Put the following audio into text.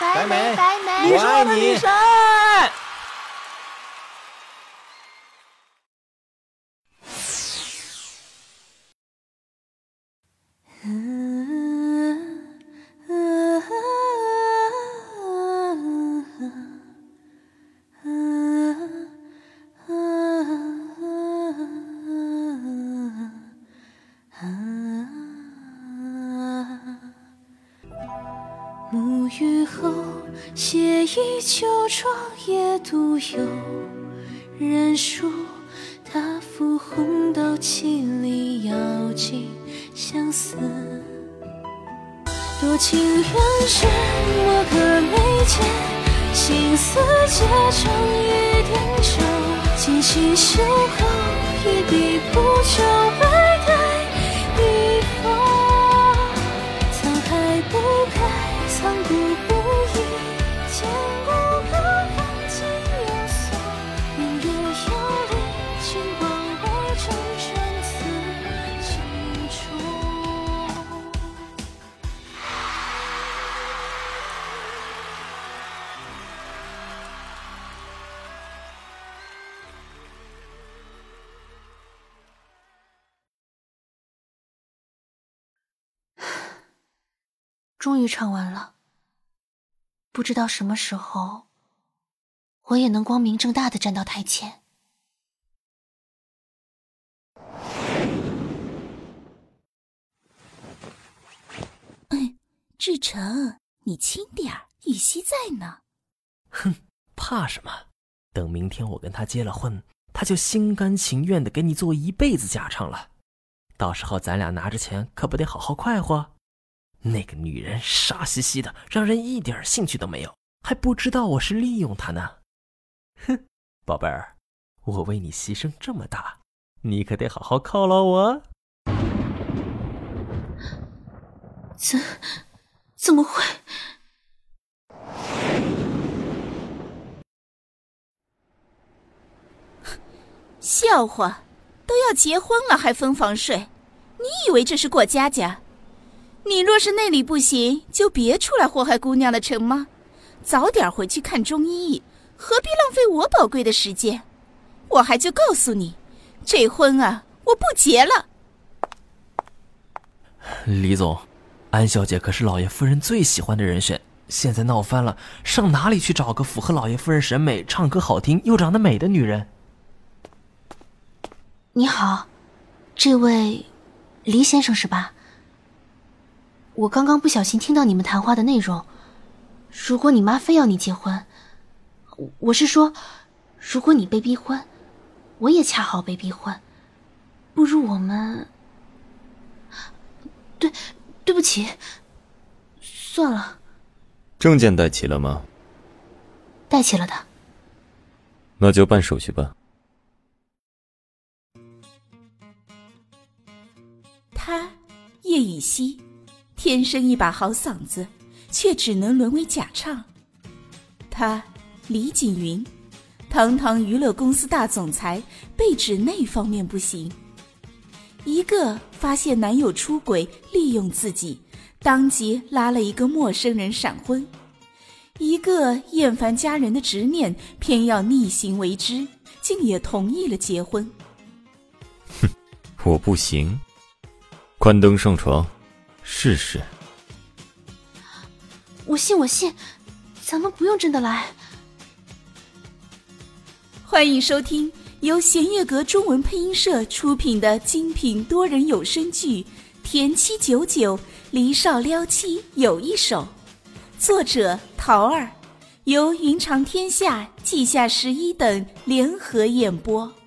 白眉， 你是我的女神！ 沐浴后，写意旧妆也独有人书。他赴红豆萁里咬尽相思。多情人是墨个眉间，心思结成一点愁。精心绣后，一笔不就为待一封。沧海不改，苍古不移，千古何方今有所。明月有离，金光我终成此情衷。终于唱完了，不知道什么时候，我也能光明正大的站到台前。 志成，你轻点儿，雨熙在呢。 哼，怕什么？等明天我跟他结了婚，他就心甘情愿的给你做一辈子假唱了。到时候咱俩拿着钱，可不得好好快活？那个女人傻兮兮的，让人一点兴趣都没有，还不知道我是利用她呢。哼，宝贝儿，我为你牺牲这么大，你可得好好犒劳我。 怎么会？ 笑话，都要结婚了还分房睡，你以为这是过家家？你若是内里不行，就别出来祸害姑娘了，成吗？早点回去看中医，何必浪费我宝贵的时间？我还就告诉你，这婚啊，我不结了。 李总，安小姐可是老爷夫人最喜欢的人选，现在闹翻了，上哪里去找个符合老爷夫人审美、唱歌好听又长得美的女人？ 你好，这位黎先生是吧？我刚刚不小心听到你们谈话的内容。如果你妈非要你结婚，我是说，如果你被逼婚，我也恰好被逼婚，不如我们……对不起，算了。 证件带齐了吗？ 带齐了的。 那就办手续吧。 他叶以熙，天生一把好嗓子，却只能沦为假唱。他李锦云，堂堂娱乐公司大总裁，被指那方面不行。一个发现男友出轨，利用自己，当即拉了一个陌生人闪婚；一个厌烦家人的执念，偏要逆行为之，竟也同意了结婚。 哼，我不行，关灯上床，试试。 我信，咱们不用真的来。 欢迎收听由弦乐阁中文配音社出品的精品多人有声剧《田妻99黎少撩妻有一手》，作者桃儿，由云长天下、稷下11等联合演播。